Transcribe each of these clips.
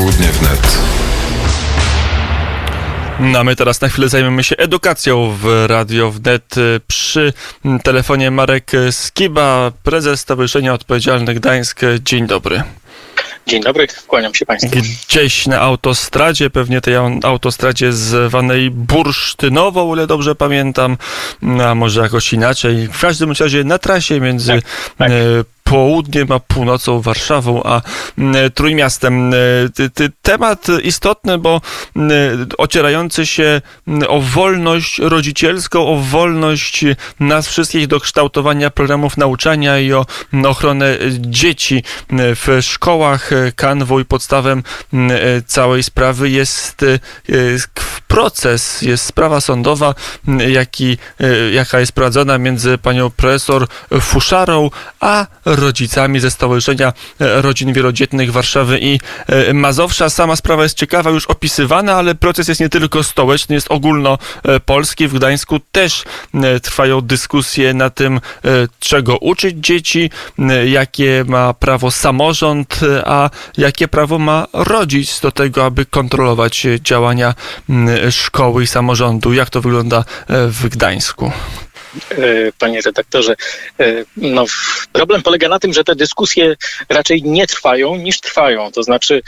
Południe wnet. No a my teraz na chwilę zajmiemy się edukacją w Radio Wnet. Przy telefonie Marek Skiba, prezes Stowarzyszenia Odpowiedzialny Gdańsk. Dzień dobry. Dzień dobry, kłaniam się Państwu. Gdzieś na autostradzie, pewnie tej autostradzie zwanej Bursztynową, o ile dobrze pamiętam, a może jakoś inaczej. W każdym razie na trasie między południem a północą, Warszawą a Trójmiastem. Temat istotny, bo ocierający się o wolność rodzicielską, o wolność nas wszystkich do kształtowania programów nauczania i o ochronę dzieci w szkołach. Kanwą i podstawą całej sprawy jest proces, jest sprawa sądowa, jaka jest prowadzona między panią profesor Fuszarą a rodzicami ze Stowarzyszenia Rodzin Wielodzietnych Warszawy i Mazowsza. Sama sprawa jest ciekawa, już opisywana, ale proces jest nie tylko stołeczny, jest ogólnopolski. W Gdańsku też trwają dyskusje na tym, czego uczyć dzieci, jakie ma prawo samorząd, a jakie prawo ma rodzic do tego, aby kontrolować działania szkoły i samorządu. Jak to wygląda w Gdańsku? Panie redaktorze, problem polega na tym, że te dyskusje raczej nie trwają niż trwają. To znaczy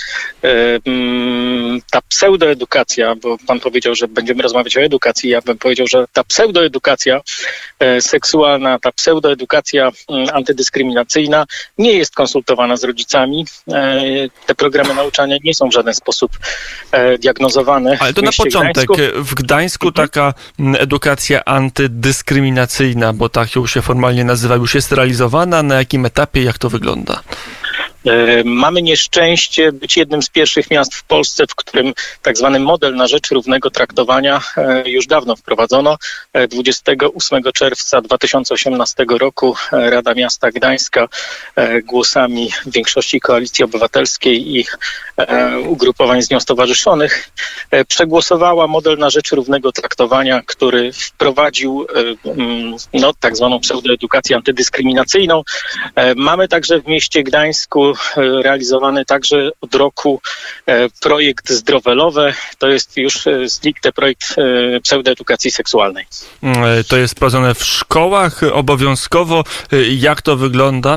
ta pseudoedukacja, bo pan powiedział, że będziemy rozmawiać o edukacji, ja bym powiedział, że ta pseudoedukacja seksualna, ta pseudoedukacja antydyskryminacyjna nie jest konsultowana z rodzicami. Te programy nauczania nie są w żaden sposób diagnozowane. Ale to na początek. W Gdańsku taka edukacja antydyskryminacyjna, bo tak ją się formalnie nazywa, już jest realizowana? Na jakim etapie? Jak to wygląda? Mamy nieszczęście być jednym z pierwszych miast w Polsce, w którym tak zwany model na rzecz równego traktowania już dawno wprowadzono. 28 czerwca 2018 roku Rada Miasta Gdańska głosami większości Koalicji Obywatelskiej i ugrupowań z nią stowarzyszonych przegłosowała model na rzecz równego traktowania, który wprowadził tak zwaną pseudoedukację antydyskryminacyjną. Mamy także w mieście Gdańsku realizowany także od roku projekt Zdrowe-Lowe. To jest już stricte projekt pseudoedukacji seksualnej. To jest prowadzone w szkołach obowiązkowo. Jak to wygląda?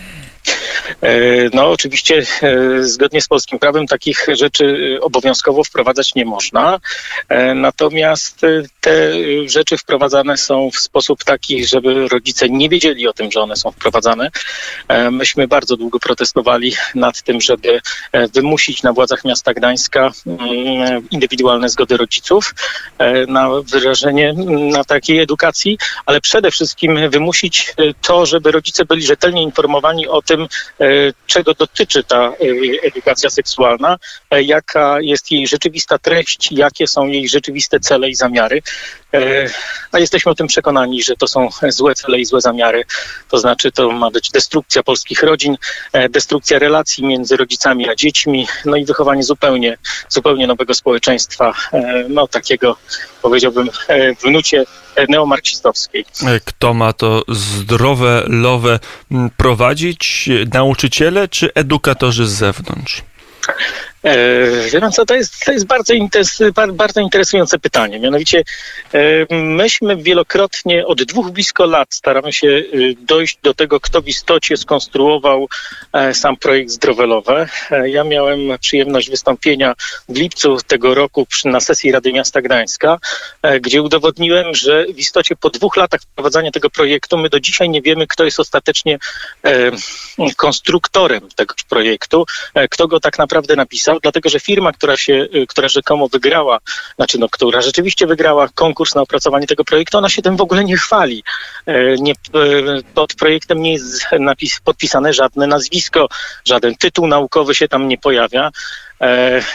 Oczywiście zgodnie z polskim prawem takich rzeczy obowiązkowo wprowadzać nie można. Natomiast te rzeczy wprowadzane są w sposób taki, żeby rodzice nie wiedzieli o tym, że one są wprowadzane. Myśmy bardzo długo protestowali nad tym, żeby wymusić na władzach miasta Gdańska indywidualne zgody rodziców na wyrażenie na takiej edukacji, ale przede wszystkim wymusić to, żeby rodzice byli rzetelnie informowani o tym, czego dotyczy ta edukacja seksualna, jaka jest jej rzeczywista treść, jakie są jej rzeczywiste cele i zamiary. A jesteśmy o tym przekonani, że to są złe cele i złe zamiary. To znaczy, to ma być destrukcja polskich rodzin, destrukcja relacji między rodzicami a dziećmi, i wychowanie zupełnie nowego społeczeństwa, takiego, powiedziałbym, w nucie neomarksistowskiej. Kto ma to Zdrowe-Lowe prowadzić? Nauczyciele czy edukatorzy z zewnątrz? Wie pan co, to jest bardzo interesujące pytanie. Mianowicie myśmy wielokrotnie od 2 blisko lat staramy się dojść do tego, kto w istocie skonstruował sam projekt Zdrowe-Lowe. Ja miałem przyjemność wystąpienia w lipcu tego roku na sesji Rady Miasta Gdańska, gdzie udowodniłem, że w istocie po 2 latach wprowadzania tego projektu my do dzisiaj nie wiemy, kto jest ostatecznie konstruktorem tego projektu, kto go tak naprawdę napisał, dlatego że firma, która rzekomo wygrała, która rzeczywiście wygrała konkurs na opracowanie tego projektu, ona się tym w ogóle nie chwali. Pod projektem nie jest podpisane żadne nazwisko, żaden tytuł naukowy się tam nie pojawia.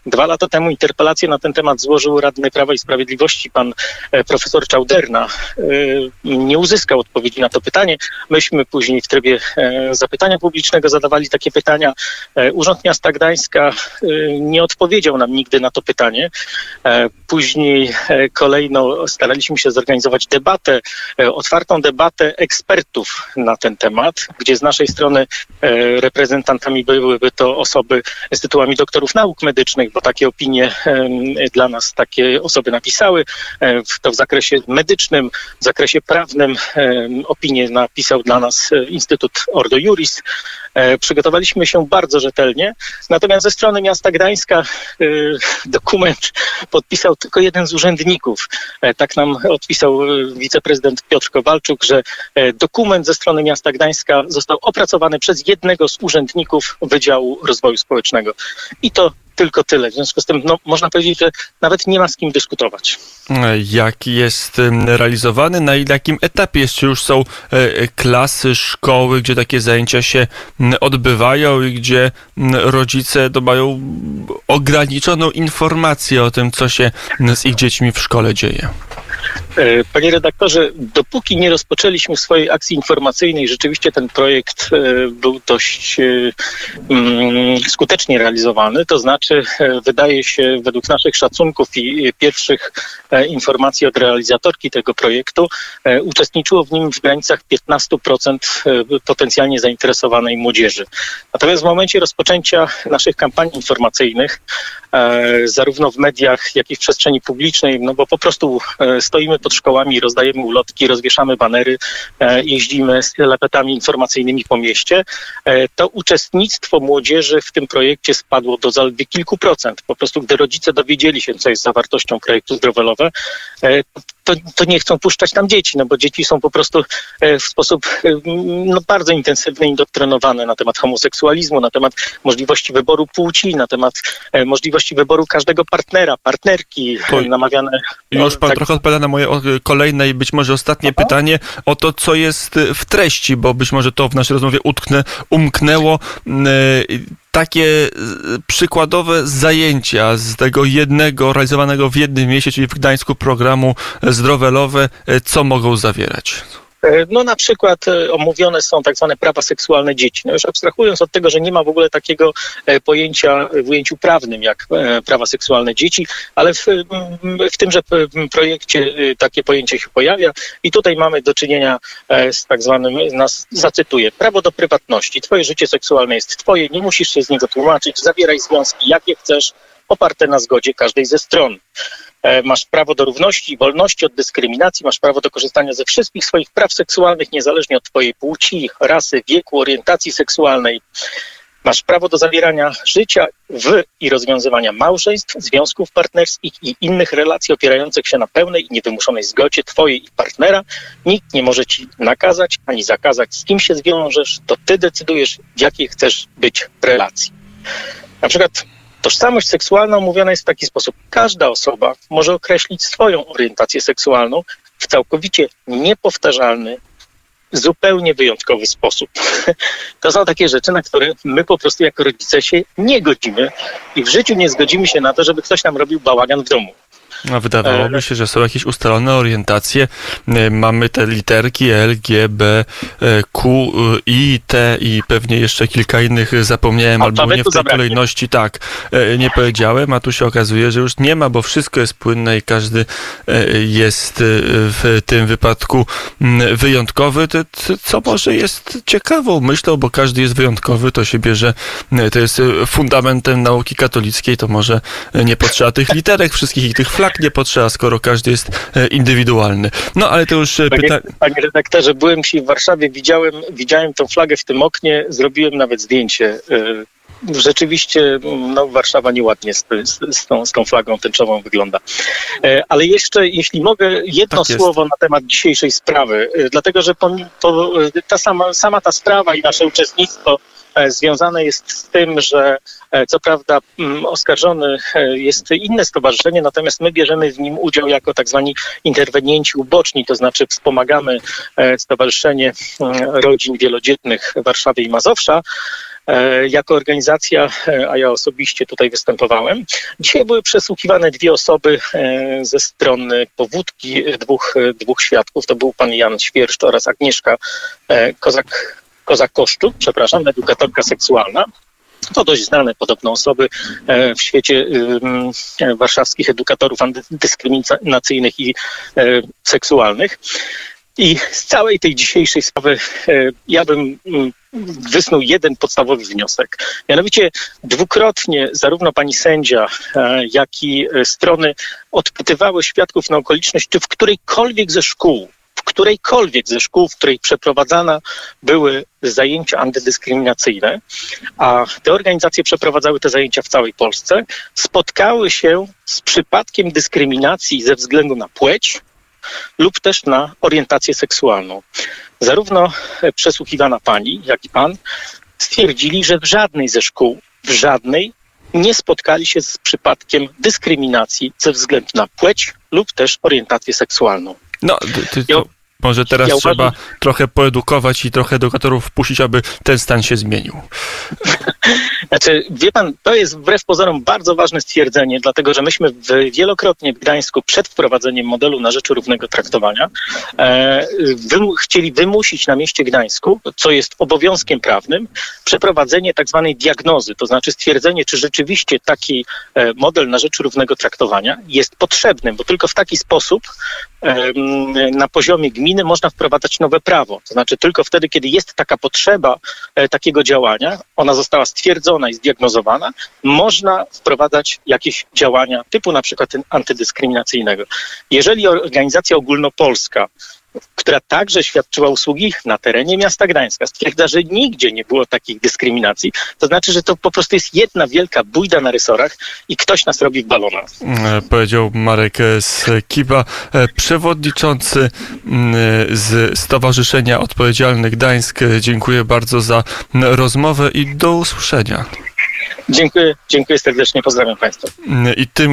2 lata temu interpelację na ten temat złożył radny Prawa i Sprawiedliwości, pan profesor Czauderna. Nie uzyskał odpowiedzi na to pytanie. Myśmy później w trybie zapytania publicznego zadawali takie pytania. Urząd Miasta Gdańska nie odpowiedział nam nigdy na to pytanie. Później kolejno staraliśmy się zorganizować debatę, otwartą debatę ekspertów na ten temat, gdzie z naszej strony reprezentantami byłyby to osoby z tytułami doktorów nauk medycznych, bo takie opinie dla nas takie osoby napisały. To w zakresie medycznym, w zakresie prawnym opinię napisał dla nas Instytut Ordo Iuris. Przygotowaliśmy się bardzo rzetelnie, natomiast ze strony Miasta Gdańska dokument podpisał tylko jeden z urzędników. Tak nam odpisał wiceprezydent Piotr Kowalczuk, że dokument ze strony Miasta Gdańska został opracowany przez jednego z urzędników Wydziału Rozwoju Społecznego. I to tylko tyle. W związku z tym można powiedzieć, że nawet nie ma z kim dyskutować. Jak jest realizowany? Na jakim etapie jest? Czy już są klasy, szkoły, gdzie takie zajęcia się odbywają i gdzie rodzice mają ograniczoną informację o tym, co się z ich dziećmi w szkole dzieje? Panie redaktorze, dopóki nie rozpoczęliśmy swojej akcji informacyjnej, rzeczywiście ten projekt był dość skutecznie realizowany. To znaczy, wydaje się, według naszych szacunków i pierwszych informacji od realizatorki tego projektu, uczestniczyło w nim w granicach 15% potencjalnie zainteresowanej młodzieży. Natomiast w momencie rozpoczęcia naszych kampanii informacyjnych, zarówno w mediach, jak i w przestrzeni publicznej, bo po prostu stoimy pod szkołami, rozdajemy ulotki, rozwieszamy banery, jeździmy z telepetami informacyjnymi po mieście, to uczestnictwo młodzieży w tym projekcie spadło do zaledwie kilku procent. Po prostu gdy rodzice dowiedzieli się, co jest zawartością projektu Zdrowelowe, to nie chcą puszczać tam dzieci, bo dzieci są po prostu w sposób bardzo intensywny indoktrynowane na temat homoseksualizmu, na temat możliwości wyboru płci, na temat możliwości wyboru każdego partnera, partnerki, namawiane... Już pan trochę odpowiada na moje kolejne i być może ostatnie pytanie o to, co jest w treści, bo być może to w naszej rozmowie umknęło. Takie przykładowe zajęcia z tego jednego realizowanego w jednym mieście, czyli w Gdańsku programu Zdrowelowe, co mogą zawierać? Na przykład omówione są tak zwane prawa seksualne dzieci. Już abstrahując od tego, że nie ma w ogóle takiego pojęcia w ujęciu prawnym jak prawa seksualne dzieci, ale w tymże projekcie takie pojęcie się pojawia i tutaj mamy do czynienia z tak zwanym, zacytuję, prawo do prywatności. Twoje życie seksualne jest twoje, nie musisz się z niego tłumaczyć, zawieraj związki jakie chcesz, oparte na zgodzie każdej ze stron. Masz prawo do równości i wolności od dyskryminacji, masz prawo do korzystania ze wszystkich swoich praw seksualnych, niezależnie od twojej płci, rasy, wieku, orientacji seksualnej. Masz prawo do zawierania życia i rozwiązywania małżeństw, związków partnerskich i innych relacji opierających się na pełnej i niewymuszonej zgodzie twojej i partnera. Nikt nie może ci nakazać ani zakazać, z kim się zwiążesz, to ty decydujesz, w jakiej chcesz być relacji. Na przykład tożsamość seksualna omówiona jest w taki sposób. Każda osoba może określić swoją orientację seksualną w całkowicie niepowtarzalny, zupełnie wyjątkowy sposób. To są takie rzeczy, na które my po prostu jako rodzice się nie godzimy i w życiu nie zgodzimy się na to, żeby ktoś nam robił bałagan w domu. Wydawałoby się, że są jakieś ustalone orientacje. Mamy te literki L, G, B, Q, I, T i pewnie jeszcze kilka innych zapomniałem, albo nie w tej kolejności. Tak, nie powiedziałem, a tu się okazuje, że już nie ma, bo wszystko jest płynne i każdy jest w tym wypadku wyjątkowy, co może jest ciekawą myślą, bo każdy jest wyjątkowy, to się bierze, to jest fundamentem nauki katolickiej, to może nie potrzeba tych literek wszystkich i tych flag nie potrzeba, skoro każdy jest indywidualny. Ale to już pytanie... Panie redaktorze, byłem dzisiaj w Warszawie, widziałem tą flagę w tym oknie, zrobiłem nawet zdjęcie. Rzeczywiście Warszawa nieładnie z tą flagą tęczową wygląda. Ale jeszcze, jeśli mogę, jedno słowo na temat dzisiejszej sprawy, dlatego że sama ta sprawa i nasze uczestnictwo związane jest z tym, że co prawda oskarżony jest inne stowarzyszenie, natomiast my bierzemy w nim udział jako tak zwani interwenienci uboczni, to znaczy wspomagamy Stowarzyszenie Rodzin Wielodzietnych Warszawy i Mazowsza. jako organizacja, a ja osobiście tutaj występowałem. Dzisiaj były przesłuchiwane 2 osoby ze strony powódki dwóch świadków. To był pan Jan Świerszcz oraz Agnieszka Kozak-Koszczuk, edukatorka seksualna. To dość znane podobno osoby w świecie warszawskich edukatorów antydyskryminacyjnych i seksualnych. I z całej tej dzisiejszej sprawy ja bym wysnuł jeden podstawowy wniosek. Mianowicie dwukrotnie zarówno pani sędzia, jak i strony odpytywały świadków na okoliczność, czy w którejkolwiek ze szkół, w której przeprowadzane były zajęcia antydyskryminacyjne, a te organizacje przeprowadzały te zajęcia w całej Polsce, spotkały się z przypadkiem dyskryminacji ze względu na płeć lub też na orientację seksualną. Zarówno przesłuchiwana pani, jak i pan stwierdzili, że w żadnej ze szkół, nie spotkali się z przypadkiem dyskryminacji ze względu na płeć lub też orientację seksualną. Może teraz trzeba trochę poedukować i trochę edukatorów wpuścić, aby ten stan się zmienił. Znaczy, wie pan, to jest wbrew pozorom bardzo ważne stwierdzenie, dlatego że myśmy wielokrotnie w Gdańsku przed wprowadzeniem modelu na rzecz równego traktowania chcieli wymusić na mieście Gdańsku, co jest obowiązkiem prawnym, przeprowadzenie tak zwanej diagnozy, to znaczy stwierdzenie, czy rzeczywiście taki model na rzecz równego traktowania jest potrzebny, bo tylko w taki sposób na poziomie gminy można wprowadzać nowe prawo. To znaczy tylko wtedy, kiedy jest taka potrzeba takiego działania, ona została stwierdzona i zdiagnozowana, można wprowadzać jakieś działania typu na przykład antydyskryminacyjnego. Jeżeli organizacja ogólnopolska, która także świadczyła usługi na terenie miasta Gdańska, stwierdza, że nigdzie nie było takich dyskryminacji, to znaczy, że to po prostu jest jedna wielka bójda na resorach i ktoś nas robi w balona. Powiedział Marek Skiba, przewodniczący z Stowarzyszenia Odpowiedzialny Gdańsk. Dziękuję bardzo za rozmowę i do usłyszenia. Dziękuję serdecznie, pozdrawiam państwa. I tym